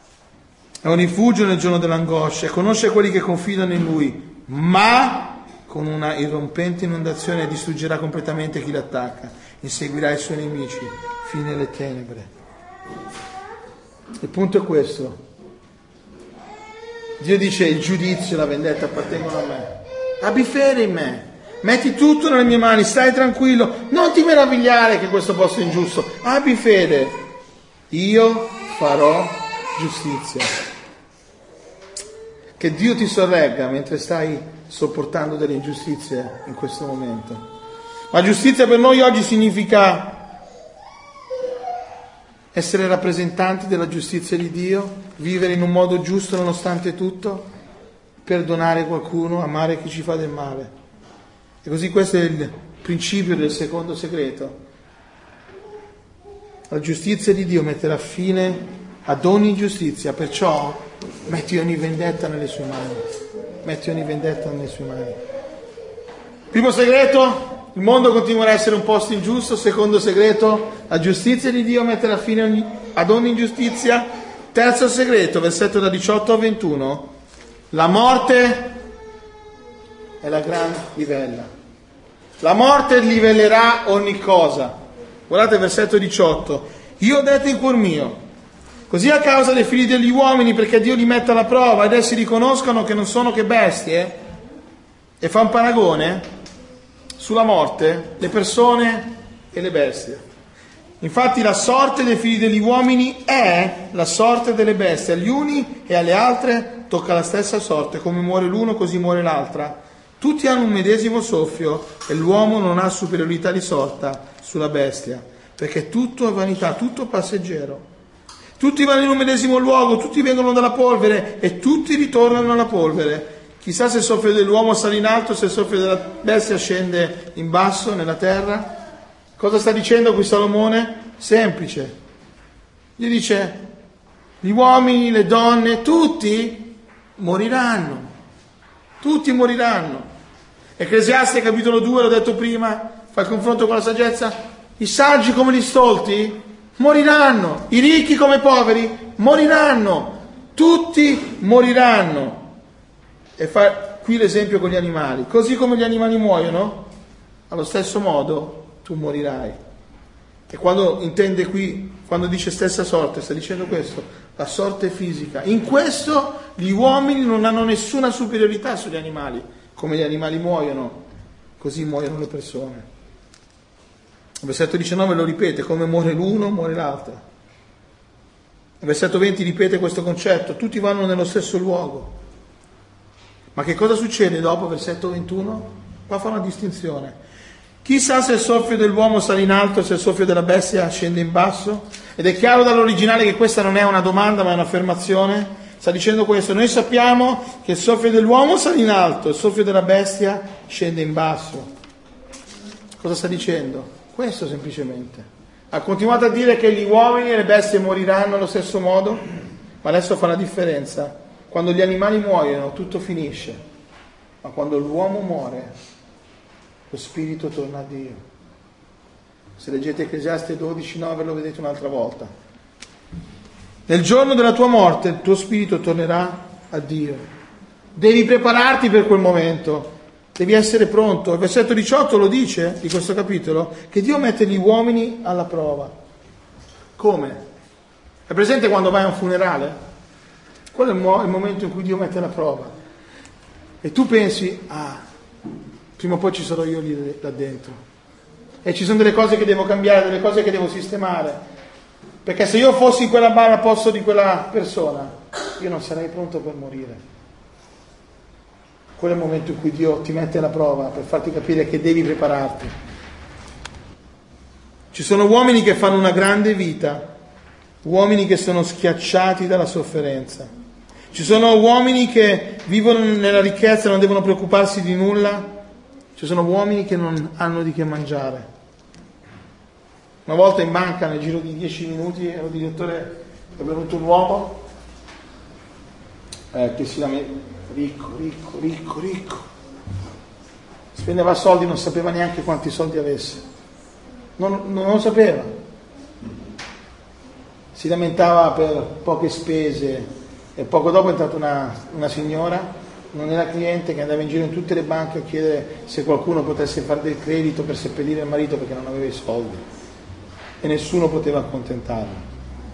è un rifugio nel giorno dell'angoscia, e conosce quelli che confidano in Lui, ma con una irrompente inondazione distruggerà completamente chi l'attacca, inseguirà i suoi nemici fino alle tenebre. Il punto è questo. Dio dice: il giudizio e la vendetta appartengono a me. Abbi fede in me, metti tutto nelle mie mani, stai tranquillo, non ti meravigliare che questo posto è ingiusto, abbi fede, io farò giustizia. Che Dio ti sorregga mentre stai sopportando delle ingiustizie in questo momento. Ma giustizia per noi oggi significa essere rappresentanti della giustizia di Dio, vivere in un modo giusto nonostante tutto, perdonare qualcuno, amare chi ci fa del male. E così questo è il principio del secondo segreto. La giustizia di Dio metterà fine ad ogni ingiustizia, perciò metti ogni vendetta nelle sue mani. Metti ogni vendetta nelle sue mani. Primo segreto: il mondo continuerà a essere un posto ingiusto. Secondo segreto: la giustizia di Dio metterà fine ad ogni ingiustizia. Terzo segreto, versetto da diciotto a ventuno: la morte è la gran livella. La morte livellerà ogni cosa. Guardate il versetto diciotto: io ho detto in cuor mio, così a causa dei figli degli uomini, perché Dio li mette alla prova ed essi riconoscono che non sono che bestie, e fa un paragone sulla morte, le persone e le bestie. Infatti la sorte dei figli degli uomini è la sorte delle bestie, agli uni e alle altre tocca la stessa sorte, come muore l'uno così muore l'altra. Tutti hanno un medesimo soffio e l'uomo non ha superiorità di sorta sulla bestia, perché tutto è vanità, tutto passeggero. Tutti vanno in un medesimo luogo, tutti vengono dalla polvere e tutti ritornano alla polvere. Chissà se il soffio dell'uomo sale in alto, se il soffio della bestia scende in basso, nella terra. Cosa sta dicendo qui Salomone? Semplice. Gli dice: gli uomini, le donne, tutti moriranno. Tutti moriranno. Ecclesiaste capitolo due, l'ho detto prima, fa il confronto con la saggezza. I saggi come gli stolti moriranno. I ricchi come i poveri moriranno. Tutti moriranno. E fa qui l'esempio con gli animali. Così come gli animali muoiono, allo stesso modo tu morirai. E quando intende qui, quando dice stessa sorte, sta dicendo questo: la sorte fisica. In questo gli uomini non hanno nessuna superiorità sugli animali. Come gli animali muoiono, così muoiono le persone. Il versetto diciannove lo ripete: come muore l'uno, muore l'altro. Il versetto venti ripete questo concetto: tutti vanno nello stesso luogo. Ma che cosa succede dopo, versetto ventuno? Qua fa una distinzione. Chissà se il soffio dell'uomo sale in alto e se il soffio della bestia scende in basso. Ed è chiaro dall'originale che questa non è una domanda ma è un'affermazione. Sta dicendo questo: noi sappiamo che il soffio dell'uomo sale in alto, il soffio della bestia scende in basso. Cosa sta dicendo? Questo semplicemente. Ha continuato a dire che gli uomini e le bestie moriranno allo stesso modo, ma adesso fa una differenza. Quando gli animali muoiono tutto finisce, ma quando l'uomo muore lo spirito torna a Dio. Se leggete Ecclesiaste dodici nove lo vedete un'altra volta. Nel giorno della tua morte il tuo spirito tornerà a Dio. Devi prepararti per quel momento, devi essere pronto. Il versetto diciotto lo dice, di questo capitolo, che Dio mette gli uomini alla prova. Come? È presente quando vai a un funerale? Quello è il, mo- il momento in cui Dio mette la prova. E tu pensi: ah, prima o poi ci sarò io lì là dentro. E ci sono delle cose che devo cambiare, delle cose che devo sistemare. Perché se io fossi in quella barra al posto di quella persona, io non sarei pronto per morire. Quello è il momento in cui Dio ti mette alla prova per farti capire che devi prepararti. Ci sono uomini che fanno una grande vita, uomini che sono schiacciati dalla sofferenza. Ci sono uomini che vivono nella ricchezza e non devono preoccuparsi di nulla. Ci sono uomini che non hanno di che mangiare. Una volta in banca, nel giro di dieci minuti, ero direttore, è venuto un uomo eh, che si lamenta, ricco, ricco, ricco, ricco. Spendeva soldi, non sapeva neanche quanti soldi avesse. Non, non lo sapeva. Si lamentava per poche spese. E poco dopo è entrata una, una signora non era cliente che andava in giro in tutte le banche a chiedere se qualcuno potesse fare del credito per seppellire il marito perché non aveva i soldi e nessuno poteva accontentarlo.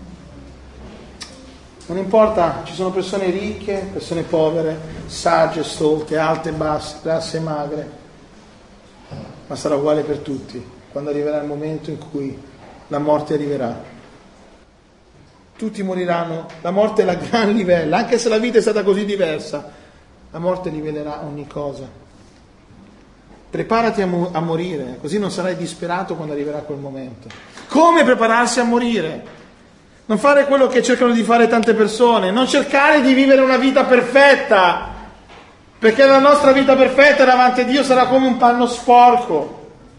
Non importa, ci sono persone ricche, persone povere, sagge, stolte, alte, basse, grasse e magre, ma sarà uguale per tutti quando arriverà il momento in cui la morte arriverà. Tutti moriranno, la morte è la gran livella, anche se la vita è stata così diversa, la morte rivelerà ogni cosa. Preparati a, mo- a morire, così non sarai disperato quando arriverà quel momento. Come prepararsi a morire? Non fare quello che cercano di fare tante persone, non cercare di vivere una vita perfetta, perché la nostra vita perfetta davanti a Dio sarà come un panno sporco.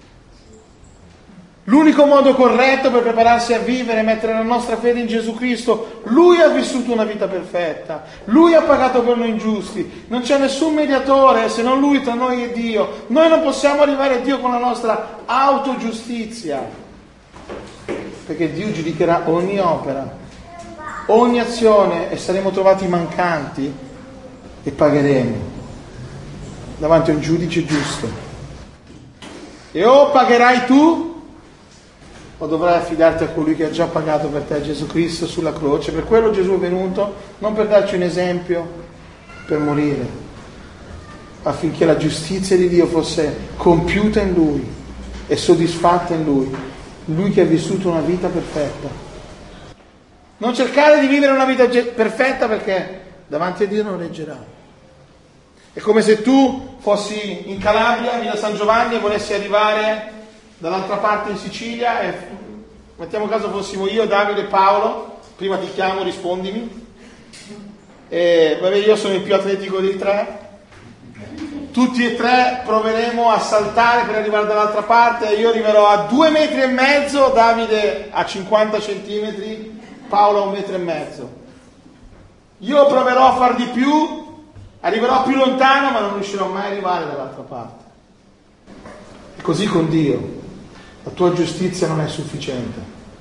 L'unico modo corretto per prepararsi a vivere è mettere la nostra fede in Gesù Cristo. Lui ha vissuto una vita perfetta, Lui ha pagato per noi ingiusti, non c'è nessun mediatore se non Lui tra noi e Dio. Noi non possiamo arrivare a Dio con la nostra autogiustizia, perché Dio giudicherà ogni opera, ogni azione e saremo trovati mancanti e pagheremo davanti a un giudice giusto. E o pagherai tu o dovrai affidarti a colui che ha già pagato per te, Gesù Cristo sulla croce. Per quello Gesù è venuto, non per darci un esempio, per morire, affinché la giustizia di Dio fosse compiuta in Lui e soddisfatta in Lui, Lui che ha vissuto una vita perfetta. Non cercare di vivere una vita perfetta, perché davanti a Dio non reggerà. È come se tu fossi in Calabria, Villa San Giovanni, e volessi arrivare dall'altra parte in Sicilia e mettiamo caso fossimo io, Davide e Paolo, prima ti chiamo, rispondimi, e vabbè, io sono il più atletico dei tre, tutti e tre proveremo a saltare per arrivare dall'altra parte, io arriverò a due metri e mezzo, Davide a cinquanta centimetri, Paolo a un metro e mezzo. Io proverò a far di più, arriverò più lontano, ma non riuscirò mai a arrivare dall'altra parte. E così con Dio. La tua giustizia non è sufficiente.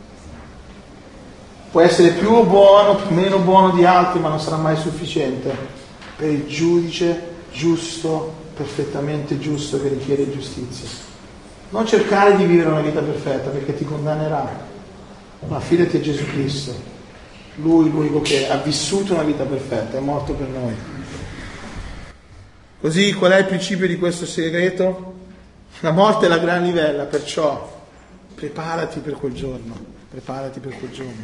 Puoi essere più buono, più meno buono di altri, ma non sarà mai sufficiente per il giudice giusto, perfettamente giusto, che richiede giustizia. Non cercare di vivere una vita perfetta, perché ti condannerà, ma affidati a Gesù Cristo. Lui, l'unico che ha vissuto una vita perfetta, è morto per noi. Così qual è il principio di questo segreto? La morte è la gran livella, perciò preparati per quel giorno, preparati per quel giorno.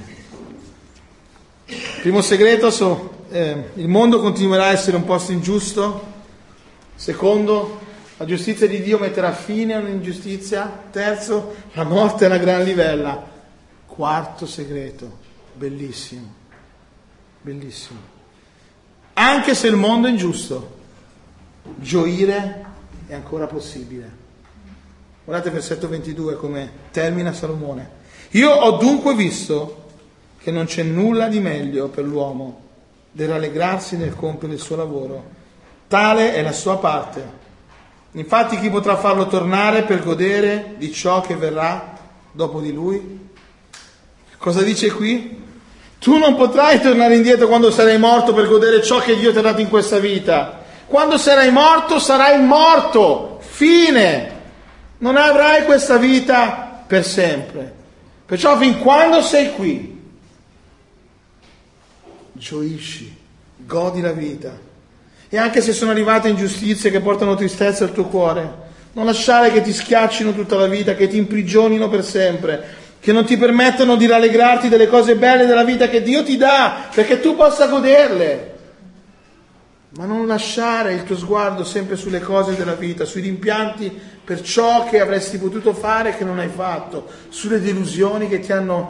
Primo segreto, so, eh, il mondo continuerà a essere un posto ingiusto. Secondo, la giustizia di Dio metterà fine a un'ingiustizia. Terzo, la morte è la gran livella. Quarto segreto, bellissimo, bellissimo. Anche se il mondo è ingiusto, gioire è ancora possibile. Guardate versetto ventidue come termina Salomone. Io ho dunque visto che non c'è nulla di meglio per l'uomo del rallegrarsi nel compiere il suo lavoro. Tale è la sua parte. Infatti chi potrà farlo tornare per godere di ciò che verrà dopo di lui? Cosa dice qui? Tu non potrai tornare indietro quando sarai morto per godere ciò che Dio ti ha dato in questa vita. Quando sarai morto, sarai morto. Fine. Non avrai questa vita per sempre. Perciò fin quando sei qui, gioisci, godi la vita. E anche se sono arrivate ingiustizie che portano tristezza al tuo cuore, non lasciare che ti schiaccino tutta la vita, che ti imprigionino per sempre, che non ti permettano di rallegrarti delle cose belle della vita che Dio ti dà, perché tu possa goderle. Ma non lasciare il tuo sguardo sempre sulle cose della vita, sui rimpianti per ciò che avresti potuto fare e che non hai fatto, sulle delusioni che ti hanno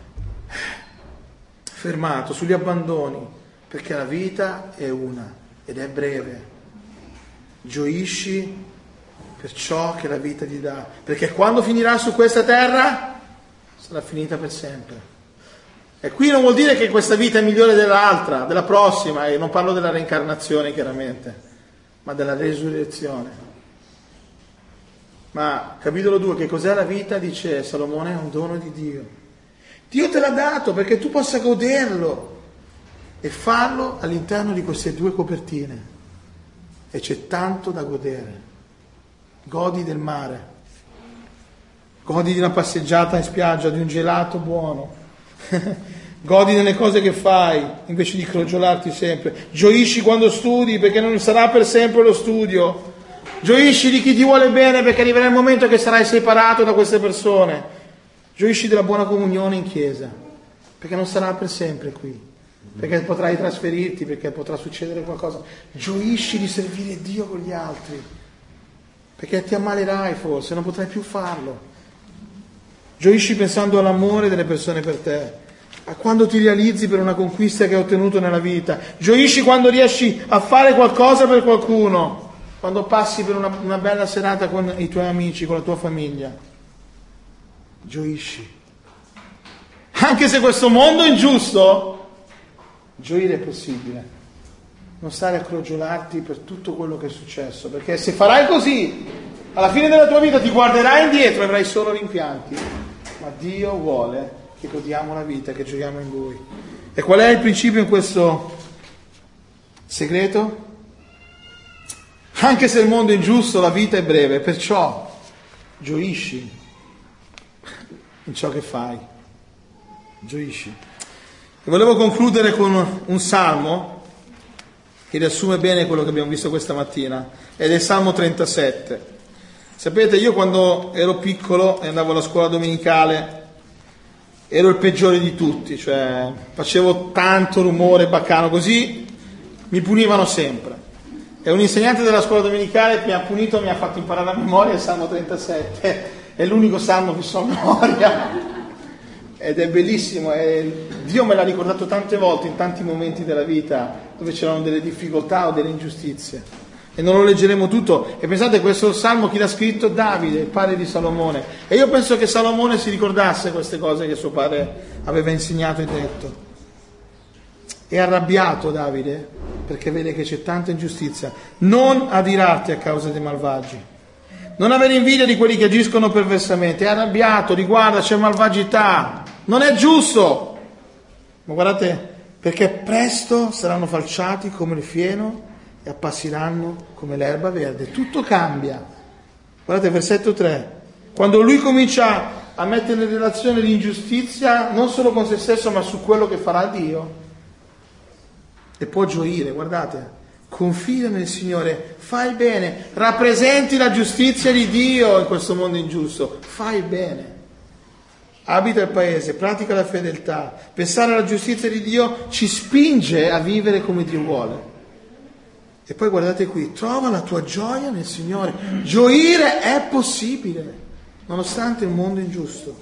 fermato, sugli abbandoni, perché la vita è una ed è breve. Gioisci per ciò che la vita ti dà, perché quando finirà su questa terra sarà finita per sempre. E qui non vuol dire che questa vita è migliore dell'altra, della prossima, e non parlo della reincarnazione chiaramente, ma della resurrezione. Ma capitolo due, che cos'è la vita? Dice Salomone, è un dono di Dio. Dio te l'ha dato perché tu possa goderlo e farlo all'interno di queste due copertine. e c'è tanto da godere. Godi del mare, godi di una passeggiata in spiaggia, di un gelato buono, godi delle cose che fai invece di crogiolarti sempre, gioisci quando studi perché non sarà per sempre lo studio, gioisci di chi ti vuole bene perché arriverà il momento che sarai separato da queste persone, gioisci della buona comunione in chiesa perché non sarà per sempre qui, perché potrai trasferirti, perché potrà succedere qualcosa, gioisci di servire Dio con gli altri perché ti ammalerai forse, non potrai più farlo, gioisci pensando all'amore delle persone per te, a quando ti realizzi per una conquista che hai ottenuto nella vita, gioisci quando riesci a fare qualcosa per qualcuno, quando passi per una, una bella serata con i tuoi amici, con la tua famiglia, gioisci. Anche se questo mondo è ingiusto, gioire è possibile, non stare a crogiolarti per tutto quello che è successo, perché se farai così, alla fine della tua vita ti guarderai indietro e avrai solo rimpianti, ma Dio vuole che godiamo la vita, che gioiamo in Lui. E qual è il principio in questo segreto? Anche se il mondo è ingiusto, la vita è breve, perciò gioisci in ciò che fai, gioisci. E volevo concludere con un salmo che riassume bene quello che abbiamo visto questa mattina, ed è il Salmo trentasette. Sapete, io quando ero piccolo e andavo alla scuola domenicale ero il peggiore di tutti, cioè facevo tanto rumore baccano, così mi punivano sempre. E un insegnante della scuola domenicale che mi ha punito mi ha fatto imparare a memoria il Salmo trentasette, è l'unico salmo che so a memoria, ed è bellissimo, e Dio me l'ha ricordato tante volte in tanti momenti della vita dove c'erano delle difficoltà o delle ingiustizie, e non lo leggeremo tutto. E pensate, questo salmo chi l'ha scritto? Davide, il padre di Salomone, e io penso che Salomone si ricordasse queste cose che suo padre aveva insegnato e detto. È arrabbiato Davide perché vede che c'è tanta ingiustizia. Non adirarti a causa dei malvagi, non avere invidia di quelli che agiscono perversamente. È arrabbiato, riguarda, c'è malvagità, non è giusto. Ma guardate, perché presto saranno falciati come il fieno e appassiranno come l'erba verde. Tutto cambia. Guardate, versetto tre. Quando lui comincia a mettere in relazione l'ingiustizia non solo con se stesso ma su quello che farà Dio, e può gioire, guardate, confida nel Signore, fai bene, rappresenti la giustizia di Dio in questo mondo ingiusto, fai bene, abita il paese, pratica la fedeltà. Pensare alla giustizia di Dio ci spinge a vivere come Dio vuole. E poi guardate qui, trova la tua gioia nel Signore. Gioire è possibile nonostante il mondo ingiusto.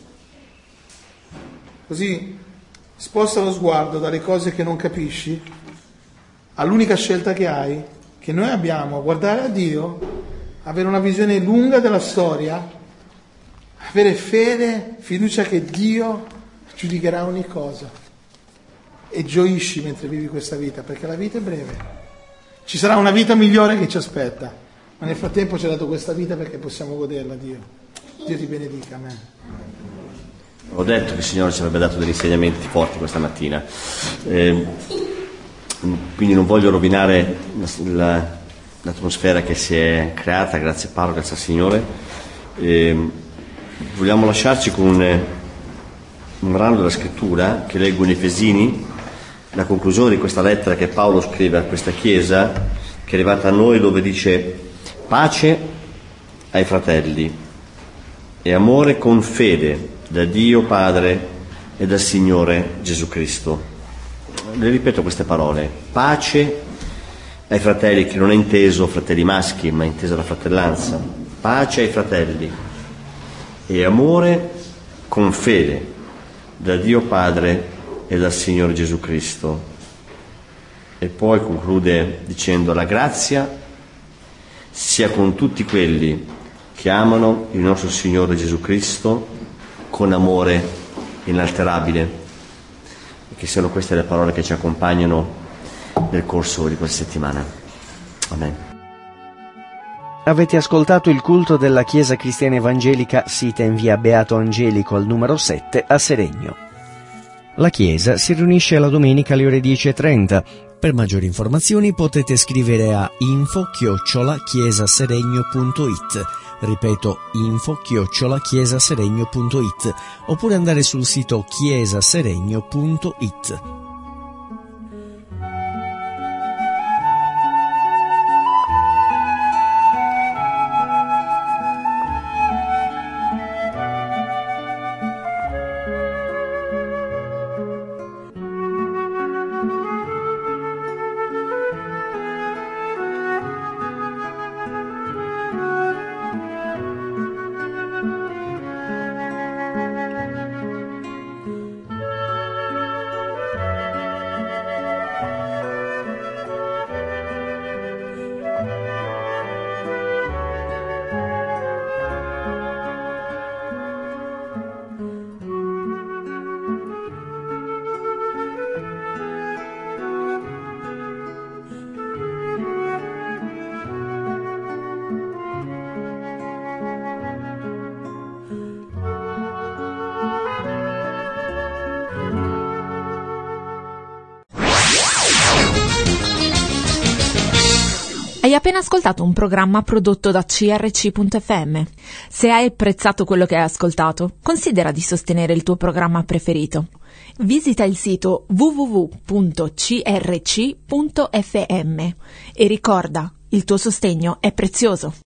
Così sposta lo sguardo dalle cose che non capisci all'unica scelta che hai, che noi abbiamo: guardare a Dio, avere una visione lunga della storia, avere fede, fiducia che Dio giudicherà ogni cosa, e gioisci mentre vivi questa vita, perché la vita è breve. Ci sarà una vita migliore che ci aspetta, ma nel frattempo ci ha dato questa vita perché possiamo goderla. Dio Dio ti benedica. Amen. Ho detto che il Signore ci avrebbe dato degli insegnamenti forti questa mattina, eh, quindi non voglio rovinare la, l'atmosfera che si è creata. Grazie Paolo, grazie al Signore. Eh, vogliamo lasciarci con un, un brano della scrittura che leggo in Efesini, la conclusione di questa lettera che Paolo scrive a questa chiesa che è arrivata a noi, dove dice: pace ai fratelli e amore con fede da Dio Padre e dal Signore Gesù Cristo. Le ripeto queste parole: pace ai fratelli, che non è inteso fratelli maschi, ma è intesa la fratellanza. Pace ai fratelli e amore con fede da Dio Padre e dal Signore Gesù Cristo. E poi conclude dicendo: la grazia sia con tutti quelli che amano il nostro Signore Gesù Cristo con amore inalterabile. E che siano queste le parole che ci accompagnano nel corso di questa settimana. Amen. Avete ascoltato il culto della Chiesa Cristiana Evangelica sita in via Beato Angelico al numero sette a Seregno. La chiesa si riunisce la domenica alle ore dieci e trenta. Per maggiori informazioni potete scrivere a info chiocciola chiesaseregno punto it. Ripeto, info chiocciola chiesaseregno punto it, oppure andare sul sito chiesaseregno punto it. Hai appena ascoltato un programma prodotto da C R C punto F M. Se hai apprezzato quello che hai ascoltato, considera di sostenere il tuo programma preferito. Visita il sito w w w punto c r c punto f m e ricorda, il tuo sostegno è prezioso.